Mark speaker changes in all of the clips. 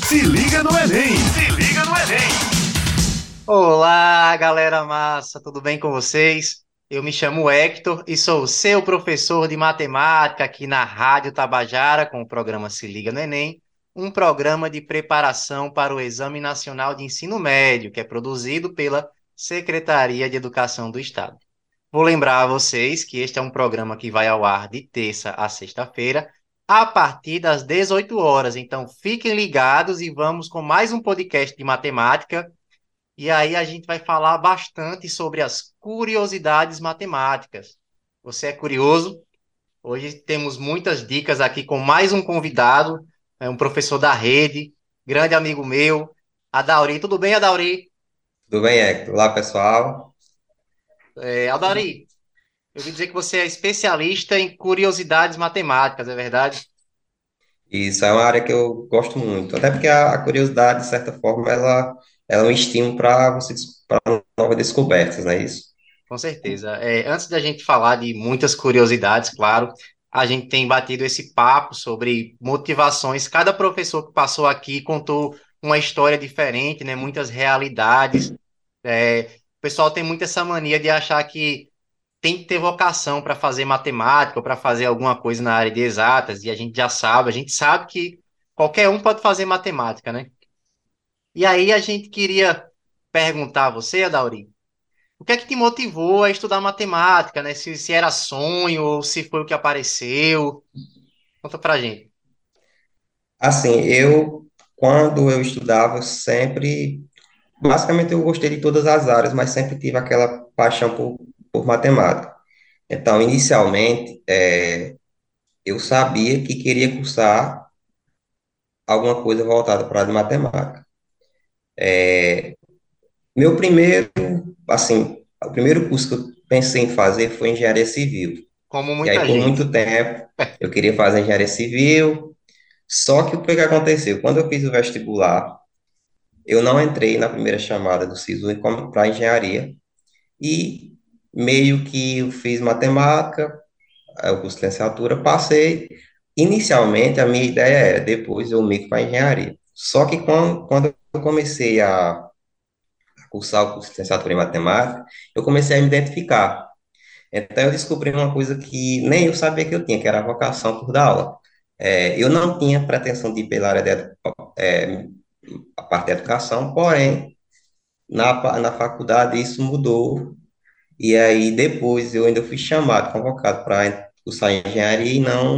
Speaker 1: Se liga no Enem! Se liga no Enem!
Speaker 2: Olá, galera massa, tudo bem com vocês? Eu me chamo Hector e sou o seu professor de matemática aqui na Rádio Tabajara com o programa Se Liga no Enem, um programa de preparação para o Exame Nacional de Ensino Médio, que é produzido pela Secretaria de Educação do Estado. Vou lembrar a vocês que este é um programa que vai ao ar de terça a sexta-feira, a partir das 18 horas. Então, fiquem ligados e vamos com mais um podcast de matemática e aí a gente vai falar bastante sobre as curiosidades matemáticas. Você é curioso? Hoje temos muitas dicas aqui com mais um convidado, é um professor da rede, grande amigo meu, Adauri. Tudo bem, Adauri?
Speaker 3: Tudo bem, Hector? Olá, pessoal.
Speaker 2: Adauri, eu ouvi dizer que você é especialista em curiosidades matemáticas, é verdade?
Speaker 3: Isso é uma área que eu gosto muito, até porque a curiosidade, de certa forma, ela é um estímulo para para novas descobertas, não é isso?
Speaker 2: Com certeza. Antes da gente falar de muitas curiosidades, claro, a gente tem batido esse papo sobre motivações. Cada professor que passou aqui contou uma história diferente, né? Muitas realidades. O pessoal tem muito essa mania de achar que tem que ter vocação para fazer matemática ou para fazer alguma coisa na área de exatas, e a gente sabe que qualquer um pode fazer matemática, né? E aí a gente queria perguntar a você, Adauri, o que é que te motivou a estudar matemática, né? Se era sonho ou se foi o que apareceu. Conta pra gente.
Speaker 3: Assim, quando eu estudava, basicamente eu gostei de todas as áreas, mas sempre tive aquela paixão por matemática. Então, inicialmente, eu sabia que queria cursar alguma coisa voltada para a área de matemática. Meu primeiro, assim, o primeiro curso que eu pensei em fazer foi engenharia civil.
Speaker 2: Como
Speaker 3: E aí,
Speaker 2: muita
Speaker 3: por
Speaker 2: gente.
Speaker 3: muito tempo, eu queria fazer engenharia civil. Só que o que aconteceu? Quando eu fiz o vestibular, eu não entrei na primeira chamada do SISU para engenharia. E meio que eu fiz matemática, o curso de licenciatura, passei. Inicialmente, a minha ideia era depois eu migro para engenharia. Só que quando eu comecei a cursar o curso de licenciatura em matemática, eu comecei a me identificar. Então, eu descobri uma coisa que nem eu sabia que eu tinha, que era a vocação por dar aula. Eu não tinha pretensão de ir pela área é, a parte da educação, porém, na faculdade isso mudou, e aí depois eu ainda fui chamado, convocado para cursar engenharia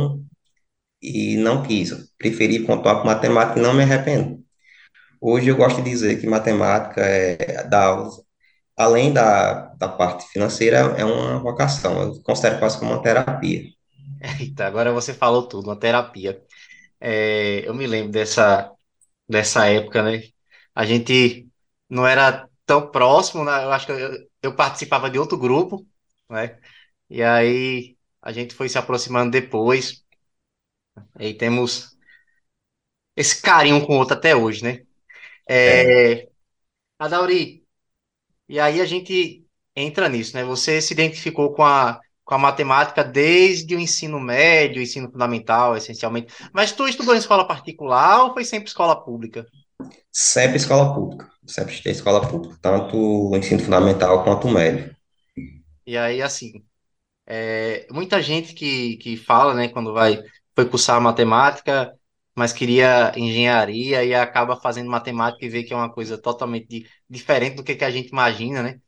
Speaker 3: e não quis. Eu preferi pontuar com matemática e não me arrependo. Hoje eu gosto de dizer que matemática dar aulas, além da parte financeira, é uma vocação. Eu considero quase como uma terapia.
Speaker 2: Eita, agora você falou tudo, uma terapia. Eu me lembro dessa época, né? A gente não era tão próximo, né? Eu acho que eu participava de outro grupo, né? E aí a gente foi se aproximando depois. E temos esse carinho um com o outro até hoje, né?
Speaker 3: É,
Speaker 2: É, Adauri, e aí a gente entra nisso, né? Você se identificou com a matemática desde o ensino médio, ensino fundamental, essencialmente. Mas tu estudou em escola particular ou foi sempre escola pública?
Speaker 3: sempre escola pública. Sempre estudei escola pública, tanto o ensino fundamental quanto o médio.
Speaker 2: E aí, assim, muita gente que fala, né, quando foi cursar matemática, mas queria engenharia e acaba fazendo matemática e vê que é uma coisa totalmente diferente do que a gente imagina, né?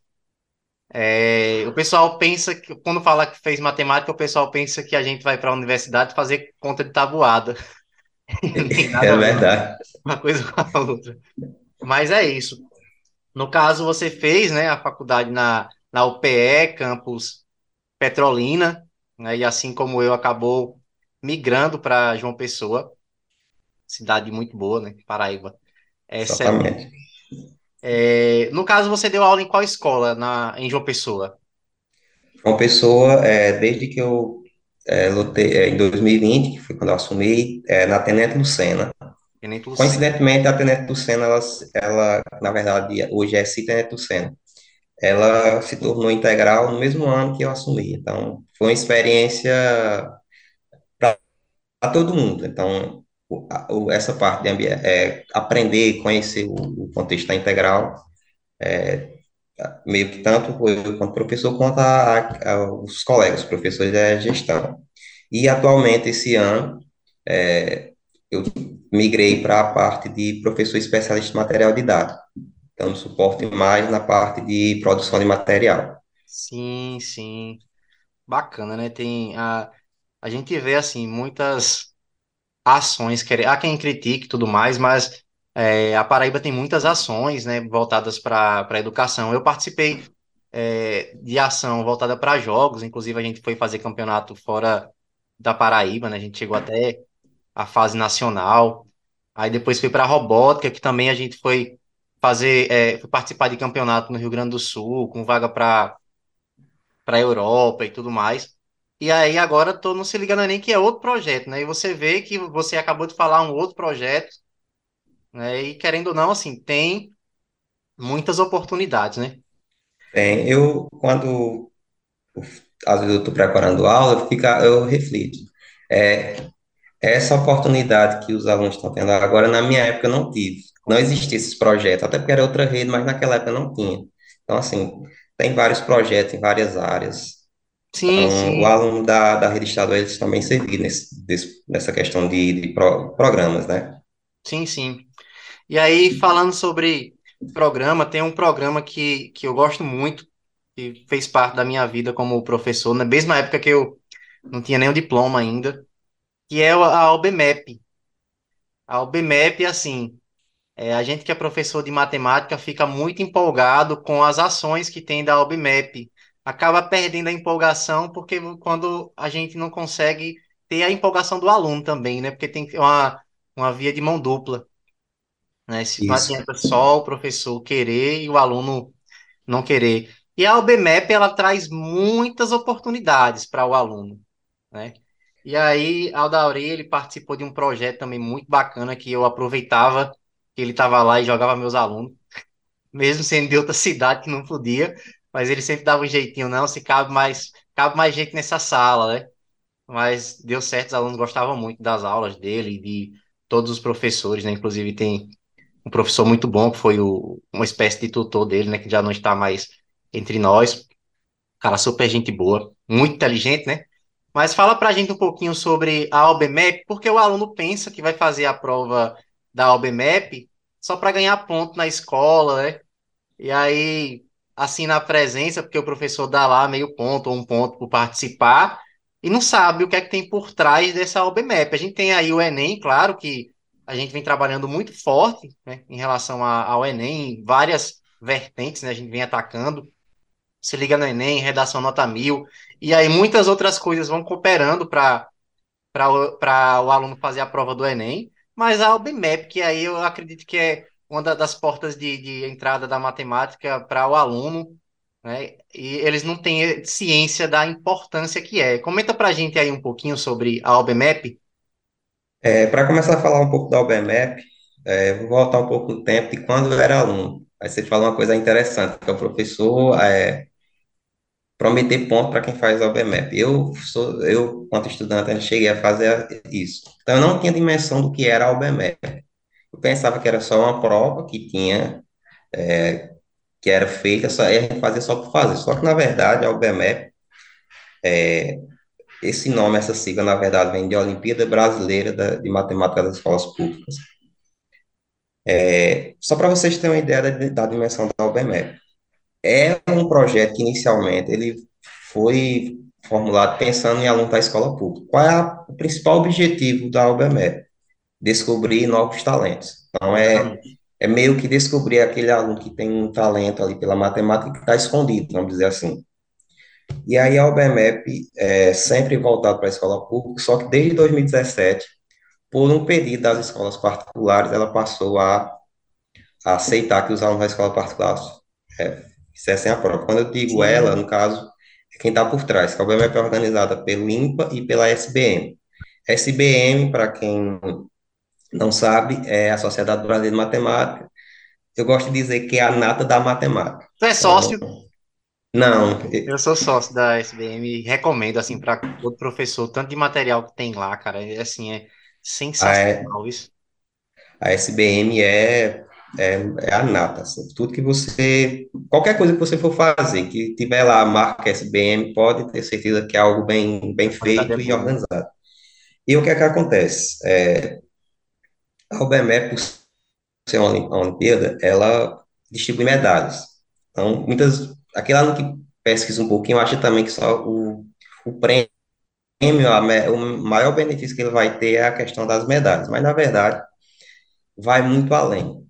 Speaker 2: O pessoal pensa que, quando fala que fez matemática, o pessoal pensa que a gente vai para a universidade fazer conta de tabuada. Não tem
Speaker 3: É
Speaker 2: nada a ver
Speaker 3: verdade.
Speaker 2: uma coisa com a outra. Mas é isso. No caso, você fez, né, a faculdade na UPE, campus Petrolina, né, e assim como eu, acabou migrando para João Pessoa, cidade muito boa, né, Paraíba. É excelente.
Speaker 3: Exatamente.
Speaker 2: No caso, você deu aula em qual escola em João Pessoa?
Speaker 3: Uma pessoa, desde que eu lutei, em 2020, que foi quando eu assumi, na Tenente Lucena.
Speaker 2: Tenente Lucena.
Speaker 3: Coincidentemente, a Tenente Lucena, na verdade, hoje é Tenente Lucena. Ela se tornou integral no mesmo ano que eu assumi. Então, foi uma experiência para todo mundo. Então, essa parte de aprender, conhecer o contexto da integral, meio que tanto eu quanto professor, quanto os colegas, professores da gestão. E atualmente, esse ano, eu migrei para a parte de professor especialista em material didático, dando suporte mais na parte de produção de material.
Speaker 2: Sim, sim. Bacana, né? A gente vê, assim, muitas ações, há quem critique e tudo mais, mas a Paraíba tem muitas ações, né, voltadas para a educação. Eu participei de ação voltada para jogos, inclusive a gente foi fazer campeonato fora da Paraíba, né? A gente chegou até a fase nacional. Aí depois fui para robótica, que também a gente foi participar de campeonato no Rio Grande do Sul, com vaga para a Europa e tudo mais. E aí agora tô não se ligando nem que é outro projeto, né? E você vê que você acabou de falar um outro projeto, né? E querendo ou não, assim, tem muitas oportunidades, né?
Speaker 3: Quando às vezes eu estou preparando aula, eu reflito. É, Essa oportunidade que os alunos estão tendo agora, na minha época, eu não tive.
Speaker 2: Com
Speaker 3: Não
Speaker 2: certeza.
Speaker 3: existia esses projetos, até porque era outra rede, mas naquela época não tinha. Então, assim, tem vários projetos em várias áreas.
Speaker 2: Sim,
Speaker 3: Então, o
Speaker 2: sim,
Speaker 3: aluno da rede estadual, eles também serviram nessa questão de programas, né?
Speaker 2: sim, sim. E aí, falando sobre programa, tem um programa que eu gosto muito, que fez parte da minha vida como professor, na mesma época que eu não tinha nem o diploma ainda, que é a ALBMAP. A ALBMAP, assim, a gente que é professor de matemática fica muito empolgado com as ações que tem da ALBMAP. Acaba perdendo a empolgação porque quando a gente não consegue ter a empolgação do aluno também, né? Porque tem uma via de mão dupla, né? Se não
Speaker 3: Isso.
Speaker 2: adianta só o professor querer e o aluno não querer. E a ALBMAP, ela traz muitas oportunidades para o aluno, né? E aí, Aldauri, ele participou de um projeto também muito bacana que eu aproveitava que ele estava lá e jogava meus alunos, mesmo sendo de outra cidade que não podia, mas ele sempre dava um jeitinho, não, se cabe mais gente nessa sala, né? Mas deu certo, os alunos gostavam muito das aulas dele, de todos os professores, né? Inclusive tem um professor muito bom que foi uma espécie de tutor dele, né? Que já não está mais entre nós, cara super gente boa, muito inteligente, né? Mas fala pra gente um pouquinho sobre a ALBMAP, porque o aluno pensa que vai fazer a prova da ALBMAP só para ganhar ponto na escola, né? E aí, assim, na presença, porque o professor dá lá meio ponto ou um ponto por participar, e não sabe o que é que tem por trás dessa ALBMAP. A gente tem aí o Enem, claro que a gente vem trabalhando muito forte, né, em relação ao Enem, em várias vertentes, né? A gente vem atacando. Se liga no Enem, redação nota 1000, e aí muitas outras coisas vão cooperando para o aluno fazer a prova do Enem, mas a UBMAP, que aí eu acredito que é uma das portas de entrada da matemática para o aluno, né? E eles não têm ciência da importância que é. Comenta para a gente aí um pouquinho sobre a UBMAP.
Speaker 3: Para começar a falar um pouco da UBMAP, vou voltar um pouco no tempo de quando eu era aluno. Aí você fala uma coisa interessante, que é o professor prometer ponto para quem faz a UBMAP. Quanto estudante, eu cheguei a fazer isso. Então, eu não tinha dimensão do que era a UBMAP. Eu pensava que era só uma prova que era feita, e a gente fazia só por fazer. Só que, na verdade, a UBMAP, esse nome, essa sigla, na verdade, vem de Olimpíada Brasileira de Matemática das Escolas Públicas. Só para vocês terem uma ideia da dimensão da UBMAP. É um projeto que, inicialmente, ele foi formulado pensando em aluno da escola pública. Qual é o principal objetivo da UBMAP? Descobrir novos talentos. Então,
Speaker 2: Exatamente.
Speaker 3: é meio que descobrir aquele aluno que tem um talento ali pela matemática que está escondido, vamos dizer assim. E aí a UBMAP é sempre voltado para a escola pública, só que desde 2017, por um pedido das escolas particulares, ela passou a aceitar que os alunos da escola particular fizessem a prova. Quando eu digo ela,
Speaker 2: Sim,
Speaker 3: no caso, é quem está por trás, que a UBMAP é organizada pelo INPA e pela SBM. SBM, para quem não sabe, é a Sociedade Brasileira de Matemática. Eu gosto de dizer que é a nata da matemática.
Speaker 2: tu é
Speaker 3: Então,
Speaker 2: sócio?
Speaker 3: não,
Speaker 2: Eu sou sócio da SBM e recomendo, assim, para todo professor, tanto de material que tem lá, cara. Assim,
Speaker 3: A,
Speaker 2: Sensacional isso.
Speaker 3: a SBM é a nata, assim. Tudo que você, qualquer coisa que você for fazer, que tiver lá a marca SBM, pode ter certeza que é algo bem
Speaker 2: A qualidade é
Speaker 3: feito e
Speaker 2: boa.
Speaker 3: organizado. E o que é que acontece? A UBME, por ser uma Olimpíada, ela distribui medalhas. Então, aquele aluno que pesquisa um pouquinho, acha também que só o prêmio, o maior benefício que ele vai ter é a questão das medalhas, mas na verdade vai muito além.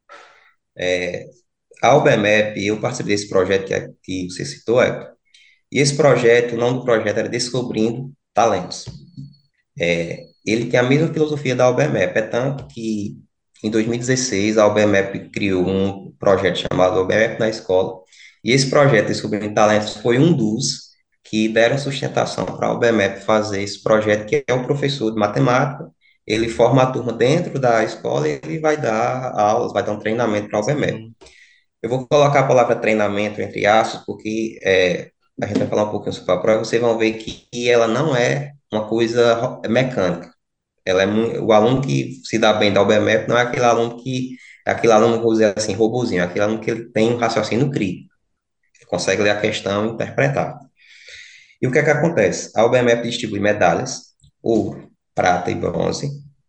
Speaker 3: A UBMEP, eu participei desse projeto que você citou, e esse projeto, o nome do projeto era Descobrindo Talentos. Ele tem a mesma filosofia da UBMEP, é tanto que em 2016 a UBMEP criou um projeto chamado UBMEP na Escola, e esse projeto Descobrindo Talentos foi um dos que deram sustentação para a UBMEP fazer esse projeto, que é um professor de matemática, ele forma a turma dentro da escola e ele vai dar aulas, vai dar um treinamento para a UBMEP.
Speaker 2: Sim,
Speaker 3: Eu vou colocar a palavra treinamento entre aspas, porque a gente vai falar um pouquinho sobre a prova, vocês vão ver que ela não é uma coisa mecânica. O aluno que se dá bem da UBMEP não é aquele aluno é aquele aluno, vou dizer assim, robozinho, é aquele aluno que ele tem um raciocínio crítico, ele consegue ler a questão e interpretar. E o que é que acontece? A UBMEP distribui medalhas, ouro, prata e bronze.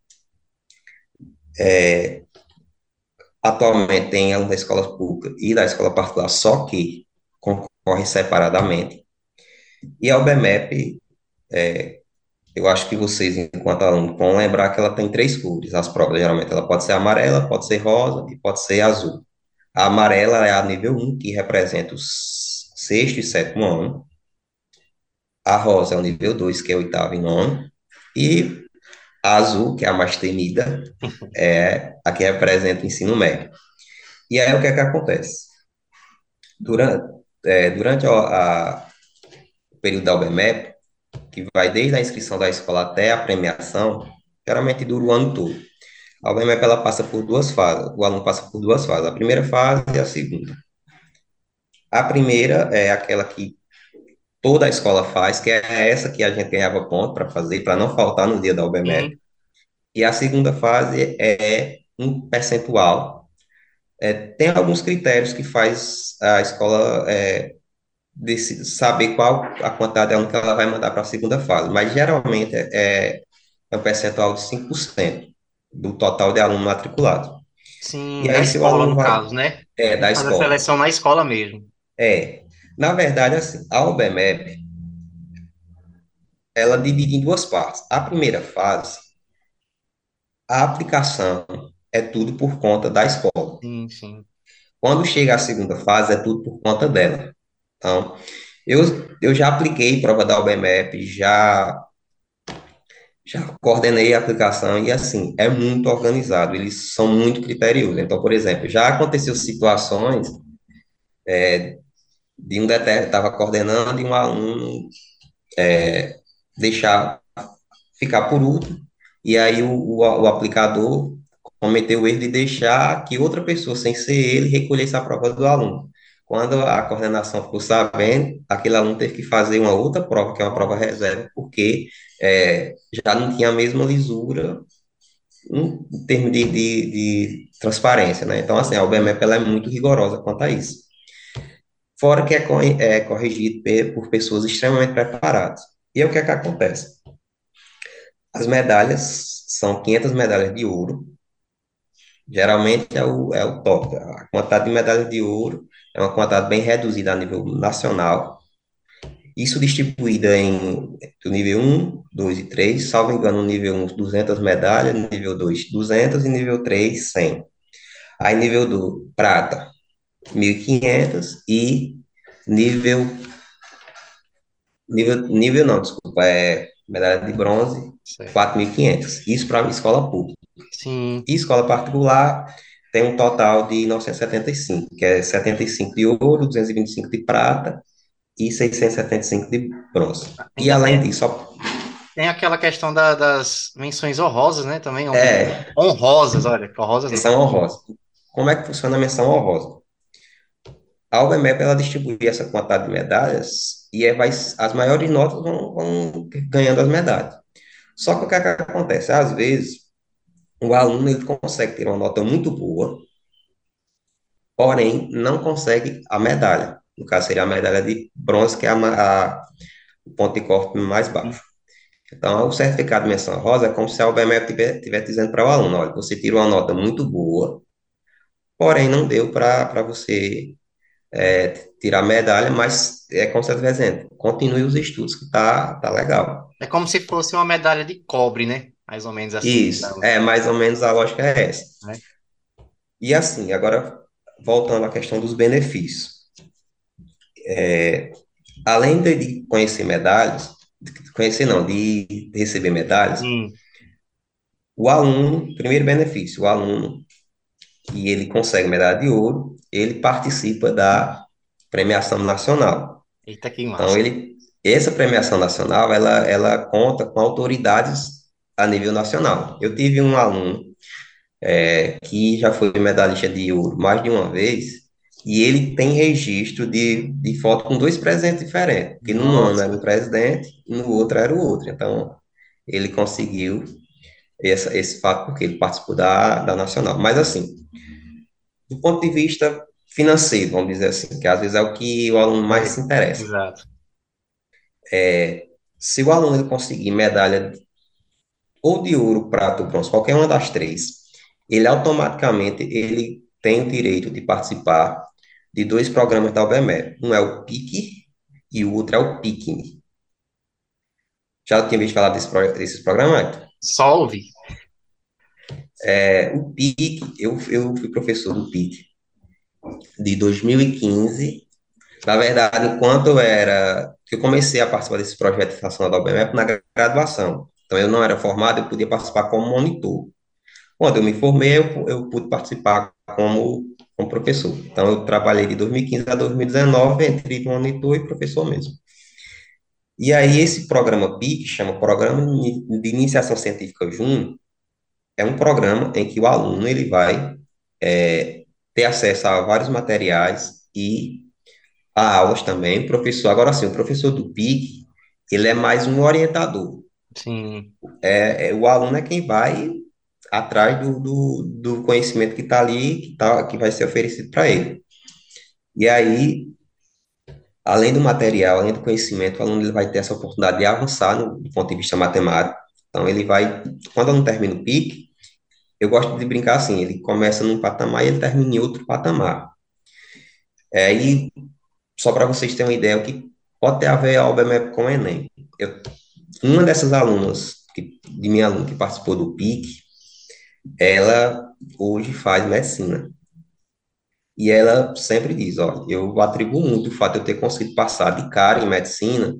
Speaker 3: Atualmente tem aluno da escola pública e da escola particular, só que concorrem separadamente. E a UBMEP, eu acho que vocês, enquanto aluno, vão lembrar que ela tem três cores. As provas, geralmente, ela pode ser amarela, pode ser rosa e pode ser azul. A amarela é a nível um que representa o sexto e sétimo ano. A rosa é o nível 2 que é o oitavo e nono. E a azul, que é a mais temida, é a que representa o ensino médio. E aí, o que é que acontece? Durante o período da UBMEP, que vai desde a inscrição da escola até a premiação, geralmente dura o ano todo. A UBMEP ela passa por duas fases, o aluno passa por duas fases, a primeira fase e a segunda. A primeira é aquela que toda a escola faz, que é essa que a gente ganhava ponto para fazer, para não faltar no dia da UBMEP.
Speaker 2: sim,
Speaker 3: E a segunda fase é um percentual. Tem alguns critérios que faz a escola saber qual a quantidade de aluno que ela vai mandar para a segunda fase, mas geralmente é um percentual de 5% do total de alunos matriculados.
Speaker 2: sim,
Speaker 3: E
Speaker 2: da
Speaker 3: aí, se o
Speaker 2: escola,
Speaker 3: aluno
Speaker 2: no
Speaker 3: vai.
Speaker 2: caso, né? Tem
Speaker 3: Da
Speaker 2: que fazer a
Speaker 3: escola.
Speaker 2: seleção na escola mesmo.
Speaker 3: É. Na verdade, assim, a UBMEP, ela divide em duas partes. A primeira fase, a aplicação é tudo por conta da escola.
Speaker 2: Sim, sim.
Speaker 3: Quando chega a segunda fase, é tudo por conta dela. Então, eu, eu já apliquei prova da UBMEP, já coordenei a aplicação e, assim, é muito organizado, eles são muito criteriosos. Então, por exemplo, já aconteceu situações de um determinado, estava coordenando e um aluno deixar ficar por último, e aí o aplicador cometeu o erro de deixar que outra pessoa, sem ser ele, recolhesse a prova do aluno. Quando a coordenação ficou sabendo, aquele aluno teve que fazer uma outra prova, que é uma prova
Speaker 2: Nossa,
Speaker 3: reserva, porque já não tinha a mesma lisura em termos de transparência, né? Então, assim, a
Speaker 2: sim.
Speaker 3: UBMEP ela é muito rigorosa quanto a isso. Fora que é corrigido por pessoas extremamente preparadas. E aí, o que é que acontece? As medalhas são 500 medalhas de ouro, geralmente é o top. A quantidade de medalhas de ouro é uma quantidade bem reduzida a nível nacional, isso distribuída do nível um, 2 e 3, salvo engano, no nível um 200 medalhas, no nível 2 200 e nível 3 100. Aí nível do prata, 1.500 e nível, nível não, desculpa, medalha de bronze,
Speaker 2: Certo.
Speaker 3: 4.500. Isso para a escola pública.
Speaker 2: Sim,
Speaker 3: E escola particular tem um total de 975, que é 75 de ouro, 225 de prata e 675 de bronze. E
Speaker 2: ainda
Speaker 3: além
Speaker 2: tem,
Speaker 3: disso,
Speaker 2: tem aquela questão das menções honrosas, né? Também,
Speaker 3: é,
Speaker 2: honrosas, olha, honrosas não.
Speaker 3: menção honrosa. Como é que funciona a menção honrosa? A UBMEP, ela distribui essa quantidade de medalhas e as maiores notas vão ganhando as medalhas. Só que o que, é que acontece? Às vezes, o aluno ele consegue ter uma nota muito boa, porém não consegue a medalha. No caso, seria a medalha de bronze, que é o ponto de corte mais baixo. Então, o certificado de menção rosa é como se a UBMF estiver dizendo para o aluno, olha, você tirou uma nota muito boa, porém não deu para você tirar a medalha, mas é como se eu estivesse dizendo, continue os estudos, que tá legal.
Speaker 2: É como se fosse uma medalha de cobre, né? Mais ou menos assim,
Speaker 3: Isso,
Speaker 2: digamos,
Speaker 3: mais ou menos a lógica é essa.
Speaker 2: né?
Speaker 3: E assim, agora voltando à questão dos benefícios. Além de conhecer medalhas, de conhecer não, de receber medalhas,
Speaker 2: Sim.
Speaker 3: o aluno, primeiro benefício, o aluno, que ele consegue medalha de ouro, ele participa da premiação nacional.
Speaker 2: Eita, que
Speaker 3: Então,
Speaker 2: massa.
Speaker 3: essa premiação nacional, ela conta com autoridades a nível nacional. Eu tive um aluno que já foi medalhista de ouro mais de uma vez, e ele tem registro de foto com dois presidentes diferentes, que num ano era
Speaker 2: Nossa,
Speaker 3: um presidente e no outro era o outro. Então, ele conseguiu esse fato porque ele participou da nacional. Mas, assim, do ponto de vista financeiro, vamos dizer assim, que às vezes é o que o aluno mais
Speaker 2: é,
Speaker 3: se interessa.
Speaker 2: exato.
Speaker 3: Se o aluno ele conseguir medalha ou de ouro, prata ou bronze, qualquer uma das três, ele automaticamente ele tem o direito de participar de dois programas da UBME. Um é o PIC e o outro é o PICNI. Já tinha visto falar desses programas, Hector?
Speaker 2: Solve.
Speaker 3: O PIC, eu fui professor do PIC de 2015. Na verdade, enquanto eu comecei a participar desse projeto de estação da UBME na graduação. Então, eu não era formado, eu podia participar como monitor. Quando eu me formei, eu pude participar como professor. Então, eu trabalhei de 2015 a 2019 entre monitor e professor mesmo. E aí, esse programa PIC, chama Programa de Iniciação Científica Júnior, é um programa em que o aluno ele vai ter acesso a vários materiais e a aulas também. O professor, agora sim, o professor do PIC, ele é mais um orientador.
Speaker 2: Sim,
Speaker 3: O aluno é quem vai atrás do conhecimento que está ali, que vai ser oferecido para ele. E aí, além do material, além do conhecimento, o aluno ele vai ter essa oportunidade de avançar do ponto de vista matemático. Então, ele vai, quando o aluno termina o PIC, eu gosto de brincar assim, ele começa num patamar e ele termina em outro patamar. E só para vocês terem uma ideia, o que pode ter a ver a OBMEP com o Enem. Uma dessas alunas, de minha aluna que participou do PIC, ela hoje faz medicina. E ela sempre diz, ó, eu atribuo muito o fato de eu ter conseguido passar de cara em medicina,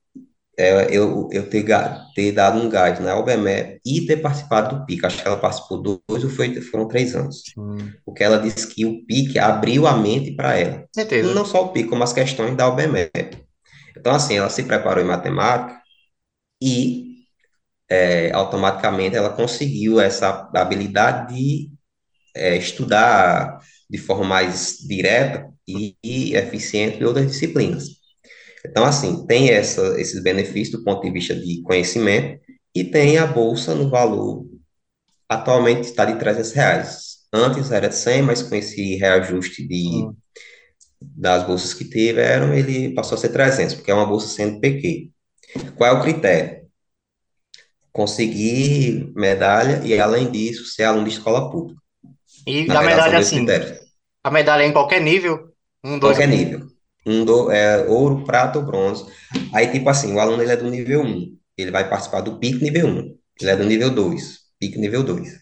Speaker 3: eu ter dado um gás na UBME e ter participado do PIC. Acho que ela participou dois ou foram 3 anos.
Speaker 2: sim.
Speaker 3: Porque ela disse que o PIC abriu a mente para ela.
Speaker 2: Certeza.
Speaker 3: Não só o PIC, como as questões da UBME. Então, assim, ela se preparou em matemática e automaticamente ela conseguiu essa habilidade de estudar de forma mais direta e eficiente em outras disciplinas. Então, assim, tem esses benefícios do ponto de vista de conhecimento e tem a bolsa no valor, atualmente está de R$ 300. Antes era de 100, mas com esse reajuste
Speaker 2: Sim.
Speaker 3: das bolsas que tiveram, ele passou a ser 300, porque é uma bolsa CNPq. Qual é o critério? Conseguir medalha e, além disso, ser aluno de escola pública.
Speaker 2: E
Speaker 3: Na
Speaker 2: a
Speaker 3: verdade, são
Speaker 2: medalha,
Speaker 3: dois
Speaker 2: assim,
Speaker 3: critérios.
Speaker 2: a medalha é em qualquer nível? Um, dois ou
Speaker 3: Qualquer
Speaker 2: três?
Speaker 3: nível. Ouro, prata ou bronze. Aí, tipo assim, o aluno ele é do nível 1. Ele vai participar do PIC nível 1. Ele é do nível 2. PIC nível 2.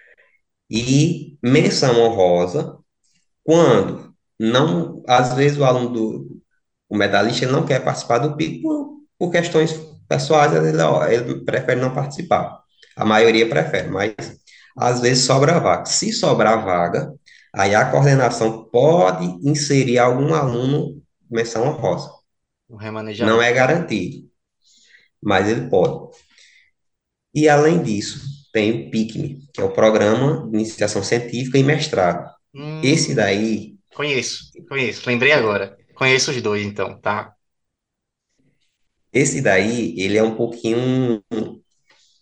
Speaker 3: E menção honrosa, quando não, às vezes o medalhista ele não quer participar do PIC por questões pessoais, às vezes, ó, ele prefere não participar. A maioria prefere, mas às vezes sobra vaga. Se sobrar vaga, aí a coordenação pode inserir algum aluno menção honrosa.
Speaker 2: O
Speaker 3: Não
Speaker 2: remanejamento.
Speaker 3: é garantido, mas ele pode. E além disso, tem o PICME, que é o Programa de Iniciação Científica e Mestrado. Esse
Speaker 2: Hum,
Speaker 3: daí,
Speaker 2: conheço. Lembrei agora. Conheço os dois, então, tá?
Speaker 3: esse daí, ele é um pouquinho.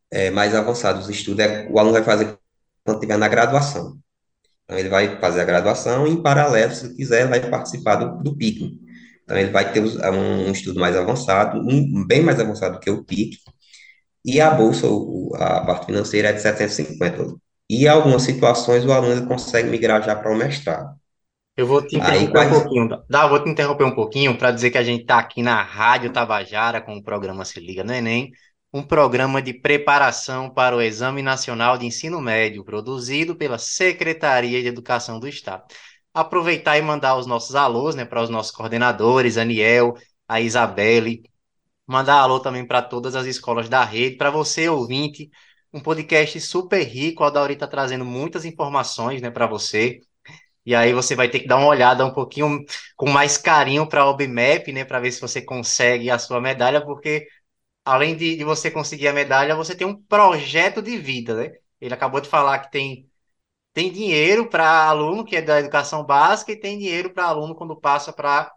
Speaker 3: mais avançados os estudos, o aluno vai fazer quando estiver na graduação. Então, ele vai fazer a graduação e, em paralelo, se quiser, vai participar do PIC. Então, ele vai ter um estudo mais avançado, bem mais avançado que o PIC, e a bolsa, a parte financeira é de 750. E em algumas situações, o aluno ele consegue migrar já para o mestrado.
Speaker 2: Eu vou te
Speaker 3: Aí,
Speaker 2: interromper um
Speaker 3: quais...
Speaker 2: pouquinho. Dá, eu vou te interromper um pouquinho para dizer que a gente está aqui na Rádio Tabajara com o programa Se Liga no Enem, um programa de preparação para o Exame Nacional de Ensino Médio, produzido pela Secretaria de Educação do Estado. Aproveitar e mandar os nossos alôs, né, para os nossos coordenadores, Aniel, a Isabelle, mandar alô também para todas as escolas da rede, para você, ouvinte, um podcast super rico, a Dauri está trazendo muitas informações, né, para você. E aí você vai ter que dar uma olhada um pouquinho com mais carinho para a OBMAP, né, para ver se você consegue a sua medalha, porque além de você conseguir a medalha, você tem um projeto de vida, né? Ele acabou de falar que tem dinheiro para aluno que é da educação básica e tem dinheiro para aluno quando passa para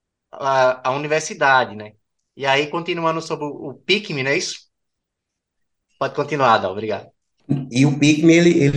Speaker 2: a universidade, né? E aí, continuando sobre o PICME, não é isso? Pode continuar, Adão, obrigado.
Speaker 3: E o PICME,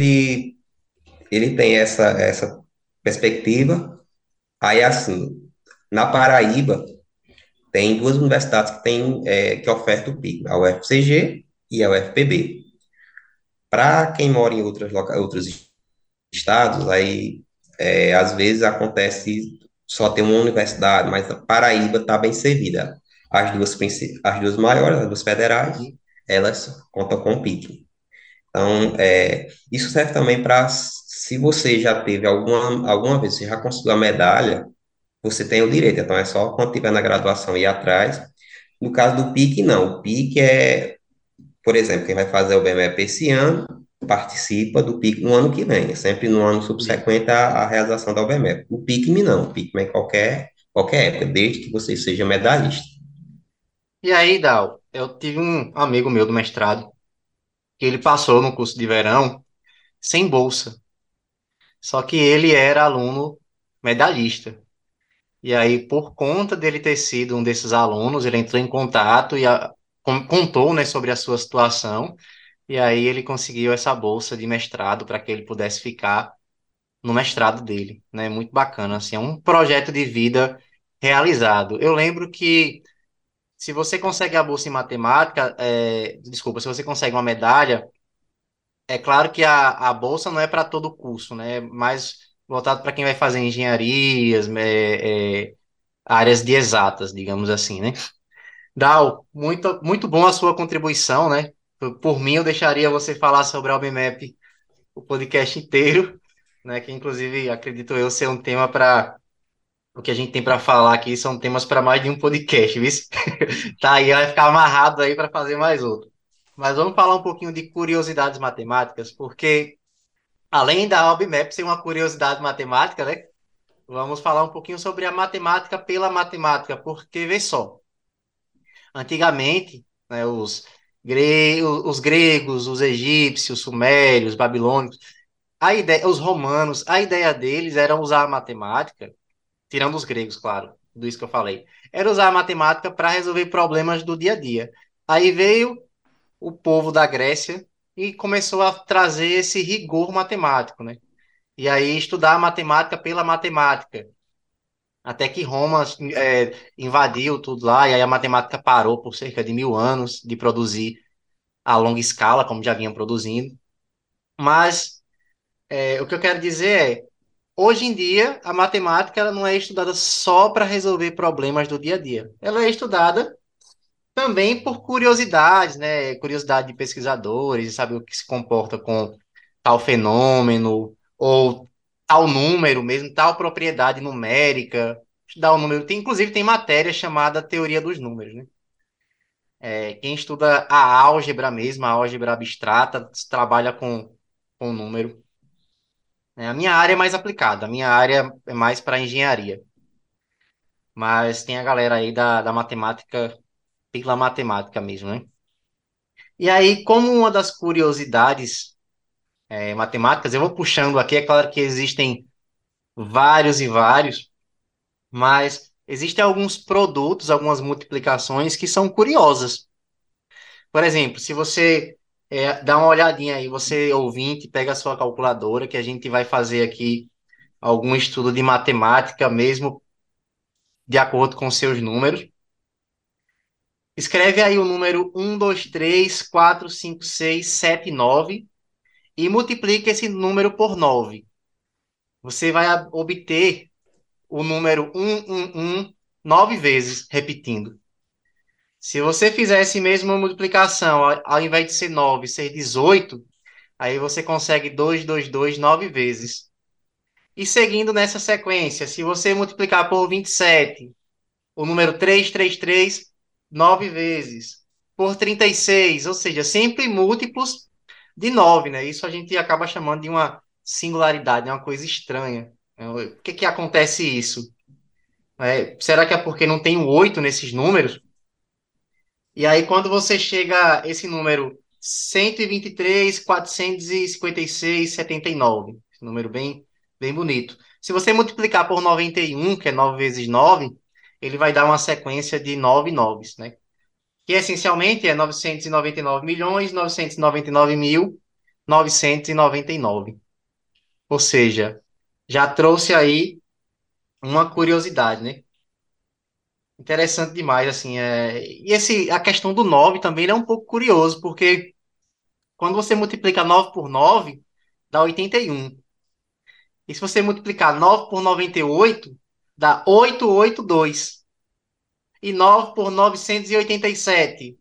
Speaker 3: ele tem essa perspectiva. Aí, assim, na Paraíba, tem duas universidades que ofertam o PICME, a UFCG e a UFPB. Para quem mora em outros estados, aí às vezes acontece só ter uma universidade, mas a Paraíba está bem servida. As duas maiores, as duas federais, elas contam com o PIC. Então, isso serve também para, se você já teve alguma vez, você já conseguiu a medalha, você tem o direito. Então, é só quando estiver na graduação ir atrás. No caso do PIC, não. O PIC por exemplo, quem vai fazer o BMEP esse ano participa do PIC no ano que vem, é sempre no ano subsequente à realização da UBMEP. O PICME não, o PICME é qualquer época, desde que você seja medalhista.
Speaker 2: E aí, Dal, eu tive um amigo meu do mestrado que ele passou no curso de verão sem bolsa. Só que ele era aluno medalhista. E aí, por conta dele ter sido um desses alunos, ele entrou em contato e contou, né, sobre a sua situação. E aí ele conseguiu essa bolsa de mestrado para que ele pudesse ficar no mestrado dele, né? Muito bacana, assim, é um projeto de vida realizado. Eu lembro que se você consegue a bolsa em matemática, desculpa, se você consegue uma medalha, é claro que a bolsa não é para todo o curso, né? Mais voltado para quem vai fazer engenharias, áreas de exatas, digamos assim, né? Dal, muito bom a sua contribuição, né? Por mim, eu deixaria você falar sobre a OBMAP o podcast inteiro, né? Que inclusive acredito eu ser um tema para o que a gente tem para falar aqui são temas para mais de um podcast, viu? Tá aí, vai ficar amarrado aí para fazer mais outro. Mas vamos falar um pouquinho de curiosidades matemáticas, porque além da OBMAP ser uma curiosidade matemática, né? Vamos falar um pouquinho sobre a matemática pela matemática, porque vê só, antigamente, né, os gregos, os egípcios, os sumérios, os babilônicos, a ideia, os romanos, a ideia deles era usar a matemática, tirando os gregos, claro, tudo isso que eu falei, era usar a matemática para resolver problemas do dia a dia. Aí veio o povo da Grécia e começou a trazer esse rigor matemático, né? E aí estudar a matemática pela matemática. Até que Roma invadiu tudo lá, e aí a matemática parou por cerca de 1000 anos de produzir a longa escala, como já vinha produzindo. Mas o que eu quero dizer é, hoje em dia, a matemática ela não é estudada só para resolver problemas do dia a dia. Ela é estudada também por curiosidades, né? Curiosidade de pesquisadores, saber o que se comporta com tal fenômeno, ou tal número mesmo, tal propriedade numérica. Estudar o número. Inclusive, tem matéria chamada teoria dos números, né? Quem estuda a álgebra mesmo, a álgebra abstrata, trabalha com número. A minha área é mais aplicada, a minha área é mais para engenharia. Mas tem a galera aí da matemática, pela matemática mesmo, né? E aí, como uma das curiosidades matemáticas, eu vou puxando aqui, é claro que existem vários e vários, mas existem alguns produtos, algumas multiplicações que são curiosas. Por exemplo, se você dá uma olhadinha aí, você ouvinte, pega a sua calculadora, que a gente vai fazer aqui algum estudo de matemática mesmo, de acordo com seus números. Escreve aí o número 1, 2, 3, 4, 5, 6, 7, 9 e multiplica esse número por 9. Você vai obter o número 9 vezes, repetindo. Se você fizer essa mesma multiplicação, ao invés de ser 9, ser 18, aí você consegue 2, 2, 2, 9 vezes. E seguindo nessa sequência, se você multiplicar por 27, o número 3, 3, 3, 9 vezes. Por 36, ou seja, sempre múltiplos de 9, né? Isso a gente acaba chamando de uma singularidade, é uma coisa estranha. Por que que acontece isso? Será que é porque não tem o 8 nesses números? E aí, quando você chega a esse número 123, 456, 79, esse número bem bonito. Se você multiplicar por 91, que é 9 vezes 9, ele vai dar uma sequência de 9 noves, né? Que essencialmente é 999.999.999. Ou seja, já trouxe aí uma curiosidade, né? Interessante demais, assim. E a questão do 9 também é um pouco curioso, porque quando você multiplica 9 por 9 dá 81. E se você multiplicar 9 por 98 dá 882. E 9 por 987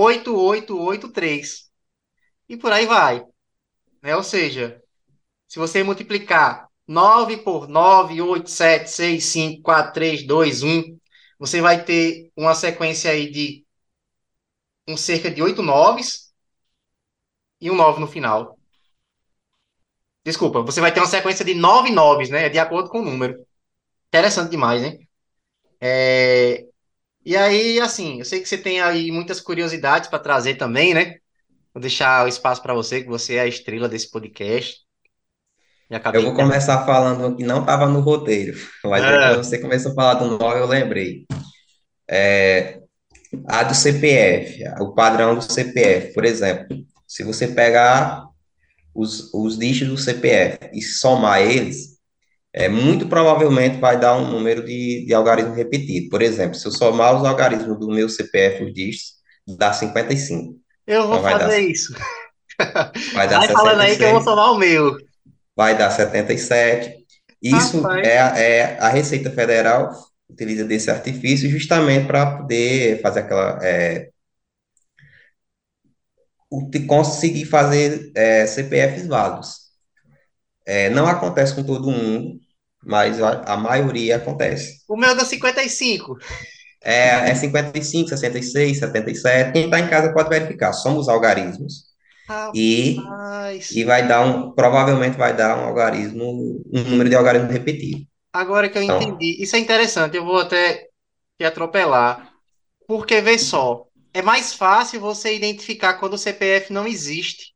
Speaker 2: 8883. E por aí vai, né? Ou seja, se você multiplicar 9 por 9 8 7 6 5 4 3 2 1 você vai ter uma sequência aí de cerca de 8 noves e um 9 no final. Desculpa, você vai ter uma sequência de 9 noves, né? De acordo com o número. Interessante demais, né? E aí, assim, eu sei que você tem aí muitas curiosidades para trazer também, né? Vou deixar o espaço para você, que você é a estrela desse podcast. E
Speaker 3: Eu
Speaker 2: acabei
Speaker 3: vou
Speaker 2: de...
Speaker 3: começar falando o que não estava no roteiro, mas aí quando
Speaker 2: Ah,
Speaker 3: você começou a falar do 9, eu lembrei. A do CPF, o padrão do CPF, por exemplo, se você pegar os dígitos do CPF e somar eles, muito provavelmente vai dar um número de algarismo repetido. Por exemplo, se eu somar os algarismos do meu CPF, os dígitos, dá 55.
Speaker 2: eu vou
Speaker 3: Então
Speaker 2: fazer isso.
Speaker 3: vai dar
Speaker 2: Vai falando aí que eu vou
Speaker 3: 66,
Speaker 2: somar o meu.
Speaker 3: vai dar 77. Isso
Speaker 2: Rapaz,
Speaker 3: é a Receita Federal utiliza desse artifício justamente para poder fazer conseguir fazer CPFs válidos. Não acontece com todo mundo, mas a maioria acontece.
Speaker 2: o meu deu 55.
Speaker 3: É 55, 66, 77. Quem está em casa pode verificar. Somos algarismos e,
Speaker 2: Rapaz,
Speaker 3: e vai dar provavelmente vai dar um algarismo, um número de algarismo repetido.
Speaker 2: agora que eu
Speaker 3: Então,
Speaker 2: entendi. Isso é interessante, eu vou até te atropelar. Porque, vê só, é mais fácil você identificar quando o CPF não existe.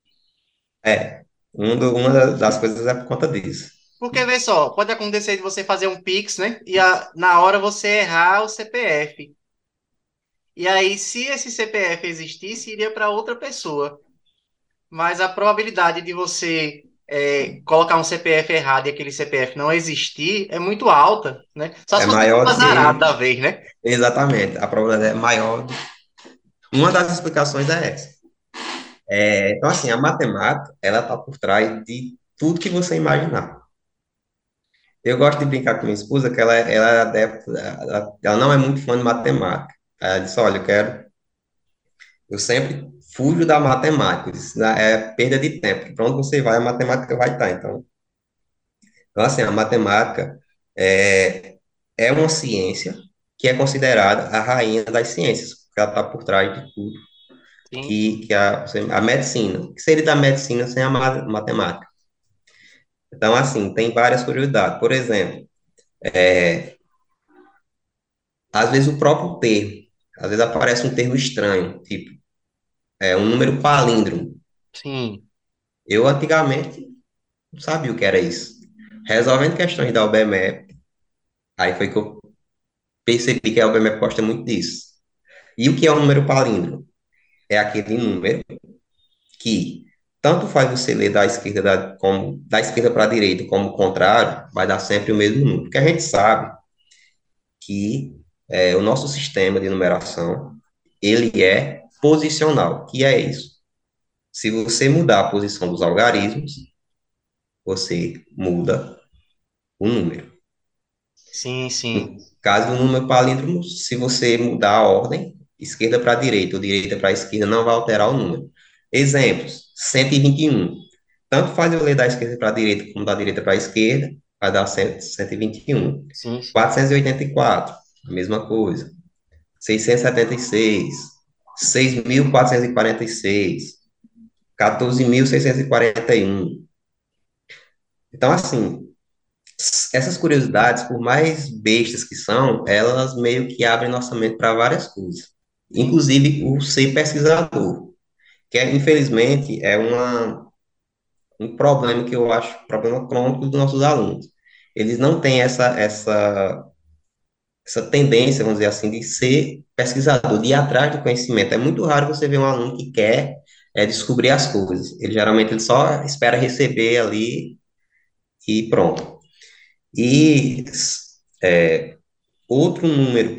Speaker 3: das coisas é por conta disso.
Speaker 2: Porque, vê só, pode acontecer de você fazer um Pix, né? E na hora você errar o CPF. E aí, se esse CPF existisse, iria para outra pessoa. Mas a probabilidade de você colocar um CPF errado e aquele CPF não existir é muito alta, né? Só
Speaker 3: É
Speaker 2: se você for
Speaker 3: maior do
Speaker 2: azarado
Speaker 3: que.
Speaker 2: da vez, né?
Speaker 3: Exatamente, a probabilidade é maior. Uma das explicações é essa. Então, assim, a matemática, ela está por trás de tudo que você imaginar. Eu gosto de brincar com minha esposa, que ela é adepta, ela não é muito fã de matemática. Ela disse, olha, eu sempre fujo da matemática. Eu disse, é perda de tempo. Para onde você vai, a matemática vai estar. Então, assim, a matemática é, é uma ciência que é considerada a rainha das ciências, porque ela está por trás de tudo
Speaker 2: Sim,
Speaker 3: que a medicina. O que seria da medicina sem a matemática? Então, assim, tem várias curiosidades. Por exemplo, às vezes o próprio termo, às vezes aparece um termo estranho, tipo, um número palíndromo.
Speaker 2: sim.
Speaker 3: Eu, antigamente, não sabia o que era isso. Resolvendo questões da UBMEP, aí foi que eu percebi que a UBMEP gosta muito disso. E o que é um número palíndromo? É aquele número que tanto faz você ler da esquerda para a direita como o contrário, vai dar sempre o mesmo número. Porque a gente sabe que o nosso sistema de numeração, ele é posicional, que é isso. Se você mudar a posição dos algarismos, você muda o número.
Speaker 2: Sim, sim.
Speaker 3: No caso do número palíndromo, se você mudar a ordem, esquerda para direita ou direita para esquerda, não vai alterar o número. Exemplos: 121. Tanto faz eu ler da esquerda para a direita como da direita para a esquerda, vai dar 121.
Speaker 2: Sim, sim.
Speaker 3: 484, a mesma coisa. 676, 6.446, 14.641. Então, assim, essas curiosidades, por mais bestas que são, elas meio que abrem nossa mente para várias coisas.
Speaker 2: Sim.
Speaker 3: Inclusive o ser pesquisador, que infelizmente um problema que eu acho, problema crônico dos nossos alunos. Eles não têm essa tendência, vamos dizer assim, de ser pesquisador, de ir atrás do conhecimento. É muito raro você ver um aluno que quer descobrir as coisas. Ele só espera receber ali e pronto. E é, outro número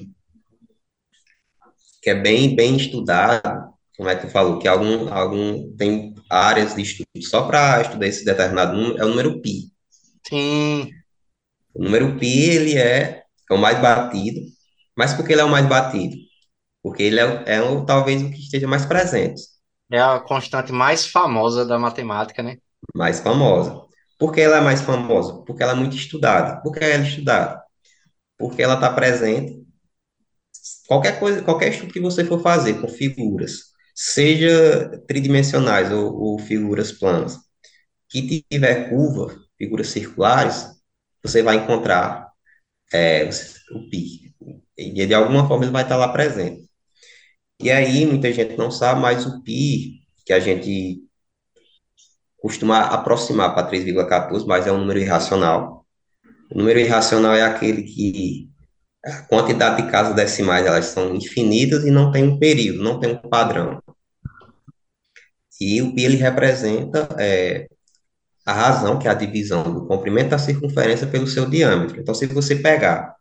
Speaker 3: que é bem estudado, como é que tu falou, que tem áreas de estudo só para estudar esse determinado número, é o número π.
Speaker 2: Sim.
Speaker 3: O número π, ele é o mais batido, mas por que ele é o mais batido? Porque ele talvez o que esteja mais presente,
Speaker 2: É a constante mais famosa da matemática, né?
Speaker 3: mais famosa. Por que ela é mais famosa? Porque ela é muito estudada. Por que ela é estudada? Porque ela está presente. Qualquer coisa, qualquer estudo que você for fazer com figuras, seja tridimensionais ou figuras planas, que tiver curva, figuras circulares, você vai encontrar o pi. E de alguma forma ele vai estar lá presente. E aí muita gente não sabe, mas o pi, que a gente costuma aproximar para 3,14, mas é um número irracional. O número irracional é aquele que a quantidade de casas decimais elas são infinitas e não tem um período, não tem um padrão. E o pi ele representa a razão, que é a divisão do comprimento da circunferência pelo seu diâmetro. Então, se você pegar,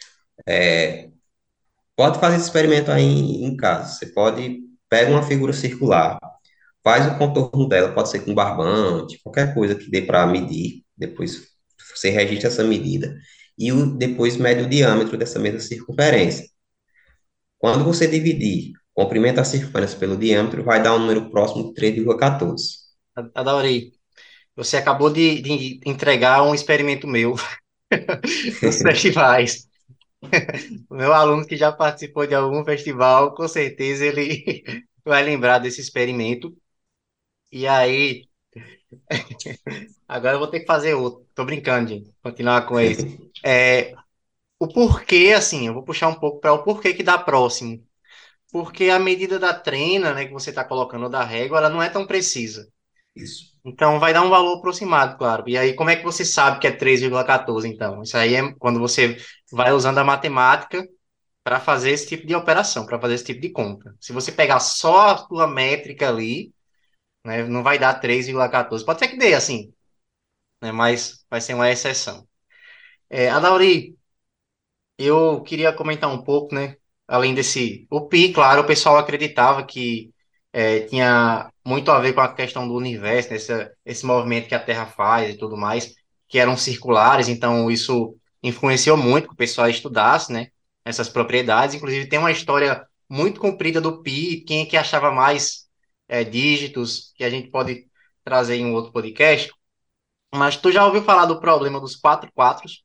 Speaker 3: pode fazer esse experimento aí em casa. Você pode pega uma figura circular, faz o contorno dela, pode ser com barbante, qualquer coisa que dê para medir. Depois você registra essa medida e depois mede o diâmetro dessa mesma circunferência. Quando você dividir o comprimento da circunferência pelo diâmetro, vai dar um número próximo de 3,14.
Speaker 2: Adorei. Você acabou de entregar um experimento meu dos festivais. O meu aluno que já participou de algum festival, com certeza ele vai lembrar desse experimento. E aí, agora eu vou ter que fazer outro. Tô brincando, gente. Continuar com esse. É, o porquê, assim, eu vou puxar um pouco para o porquê que dá próximo. Porque a medida da trena, né, que você está colocando da régua, ela não é tão precisa.
Speaker 3: Isso.
Speaker 2: Então, vai dar um valor aproximado, claro. E aí, como é que você sabe que é 3,14, então? Isso aí é quando você vai usando a matemática para fazer esse tipo de operação, para fazer esse tipo de conta. Se você pegar só a sua métrica ali, né, não vai dar 3,14. Pode ser que dê, assim, né, mas vai ser uma exceção. Adauri, eu queria comentar um pouco, né? Além desse. O pi, claro, o pessoal acreditava que tinha muito a ver com a questão do universo, né, esse movimento que a Terra faz e tudo mais, que eram circulares, então isso influenciou muito que o pessoal estudasse, né? Essas propriedades. Inclusive, tem uma história muito comprida do pi, quem é que achava mais dígitos, que a gente pode trazer em um outro podcast. Mas tu já ouviu falar do problema dos quatro quatros?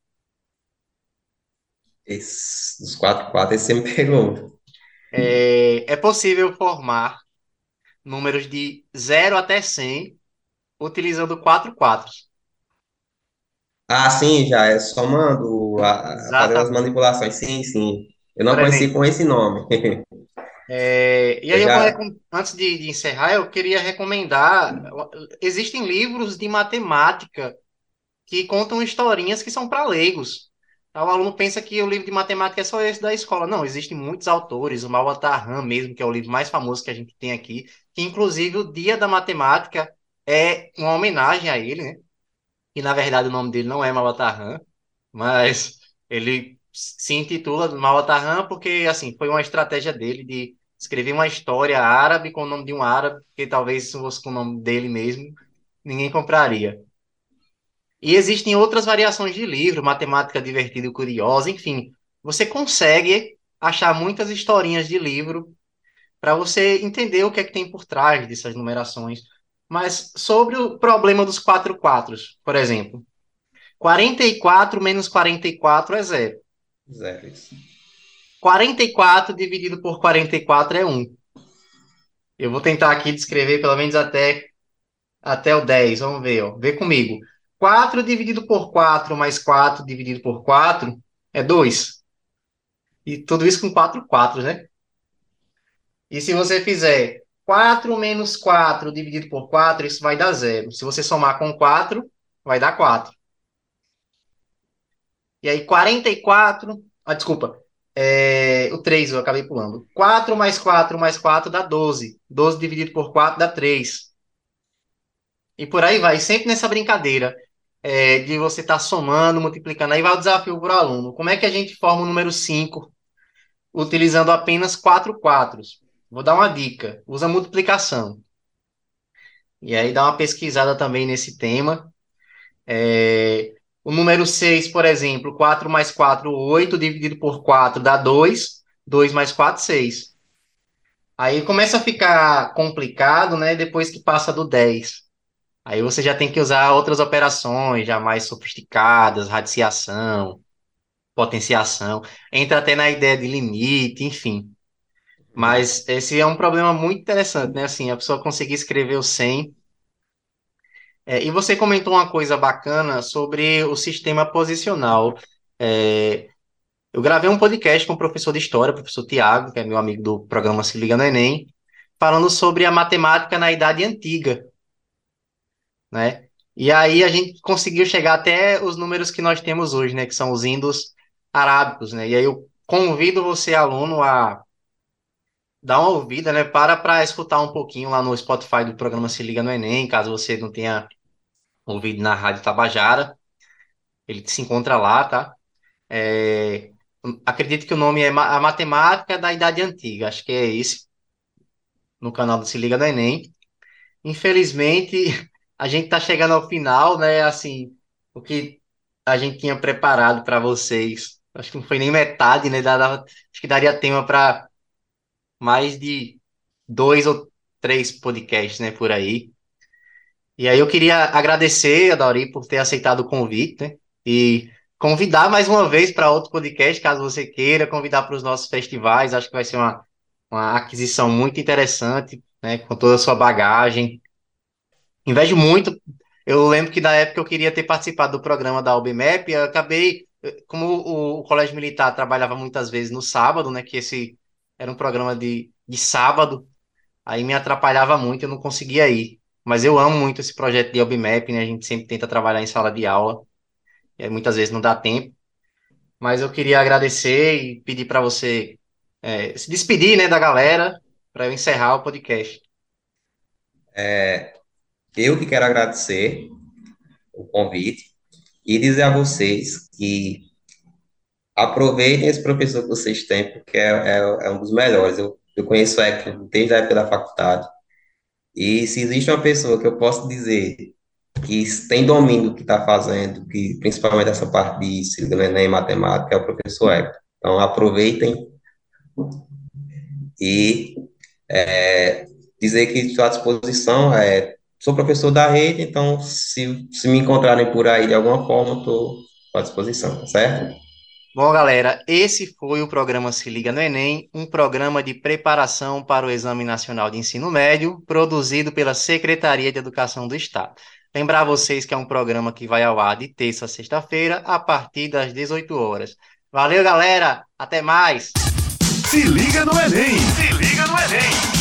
Speaker 3: Dos 4 esse você me pegou.
Speaker 2: É possível formar números de 0 até 100 utilizando quatro quatros.
Speaker 3: Ah, sim, já é somando, fazendo as
Speaker 2: Exatamente.
Speaker 3: manipulações. Sim, sim. Eu não
Speaker 2: Por
Speaker 3: conheci
Speaker 2: exemplo,
Speaker 3: com esse nome.
Speaker 2: e
Speaker 3: Eu
Speaker 2: aí
Speaker 3: já.
Speaker 2: antes de encerrar, eu queria recomendar, existem livros de matemática que contam historinhas que são para leigos. Tá, o aluno pensa que o livro de matemática é só esse da escola. Não, existem muitos autores, o Mauatar mesmo, que é o livro mais famoso que a gente tem aqui, que inclusive o Dia da Matemática é uma homenagem a ele, né? E na verdade o nome dele não é Mawatahan, mas ele se intitula Mawatahan porque assim foi uma estratégia dele de escrever uma história árabe com o nome de um árabe, que talvez se fosse com o nome dele mesmo, ninguém compraria. E existem outras variações de livro, matemática divertida e curiosa, enfim. Você consegue achar muitas historinhas de livro para você entender o que é que tem por trás dessas numerações. Mas sobre o problema dos quatro quatros, por exemplo, 44 menos 44 é zero.
Speaker 3: Zero, isso.
Speaker 2: 44 dividido por 44 é um. Eu vou tentar aqui descrever pelo menos até o 10. Vamos ver, ó. Vê comigo. 4 dividido por 4 mais 4 dividido por 4 é 2. E tudo isso com 4 quatros, né? E se você fizer 4 menos 4 dividido por 4, isso vai dar zero. Se você somar com 4, vai dar 4. E aí 44. Ah, desculpa. O 3 eu acabei pulando. 4 mais 4 mais 4 dá 12. 12 dividido por 4 dá 3. E por aí vai, sempre nessa brincadeira de você estar somando, multiplicando. Aí vai o desafio para o aluno. Como é que a gente forma o número 5 utilizando apenas 4 quatros? Vou dar uma dica. Usa multiplicação. E aí dá uma pesquisada também nesse tema. O número 6, por exemplo, 4 mais 4, 8 dividido por 4 dá 2. 2 mais 4, 6. Aí começa a ficar complicado, né? Depois que passa do 10. Aí você já tem que usar outras operações, já mais sofisticadas, radiciação, potenciação. Entra até na ideia de limite, enfim.
Speaker 3: Uhum.
Speaker 2: Mas esse é um problema muito interessante, né? Assim, a pessoa conseguir escrever o 100. E você comentou uma coisa bacana sobre o sistema posicional. É, eu gravei um podcast com o professor de história, o professor Tiago, que é meu amigo do programa Se Liga no Enem, falando sobre a matemática na Idade Antiga, né? E aí a gente conseguiu chegar até os números que nós temos hoje, né? Que são os índios arábicos, né? E aí eu convido você, aluno, a dar uma ouvida, né? Para escutar um pouquinho lá no Spotify do programa Se Liga no Enem, caso você não tenha ouvido na Rádio Tabajara. Ele se encontra lá, tá? É, acredito que o nome é A Matemática da Idade Antiga. Acho que é esse, no canal do Se Liga no Enem. Infelizmente, a gente está chegando ao final, né? Assim, o que a gente tinha preparado para vocês. Acho que não foi nem metade, né? Acho que daria tema para mais de 2 ou 3 podcasts, né? Por aí. E aí eu queria agradecer a Dauri por ter aceitado o convite, né? E convidar mais uma vez para outro podcast, caso você queira, convidar para os nossos festivais. Acho que vai ser uma aquisição muito interessante, né? Com toda a sua bagagem. Invejo muito. Eu lembro que na época eu queria ter participado do programa da UBMEP, eu acabei, como o Colégio Militar trabalhava muitas vezes no sábado, né? Que esse era um programa de sábado. Aí me atrapalhava muito, eu não conseguia ir. Mas eu amo muito esse projeto de UbMap, né? A gente sempre tenta trabalhar em sala de aula, e aí muitas vezes não dá tempo. Mas eu queria agradecer e pedir para você se despedir, né, da galera, para eu encerrar o podcast.
Speaker 3: Eu que quero agradecer o convite e dizer a vocês que aproveitem esse professor que vocês têm, porque é um dos melhores. Eu conheço o Hector desde a época da faculdade. E se existe uma pessoa que eu posso dizer que tem domínio do que está fazendo, que principalmente essa parte de sigla, Enem e matemática, é o professor Hector. Então, aproveitem e dizer que estou à disposição. Sou professor da rede, então, se me encontrarem por aí de alguma forma, estou à disposição, tá certo?
Speaker 2: Bom, galera, esse foi o programa Se Liga no Enem, um programa de preparação para o Exame Nacional de Ensino Médio, produzido pela Secretaria de Educação do Estado. Lembrar vocês que é um programa que vai ao ar de terça a sexta-feira, a partir das 18 horas. Valeu, galera! Até mais!
Speaker 1: Se liga no Enem! Se liga no Enem!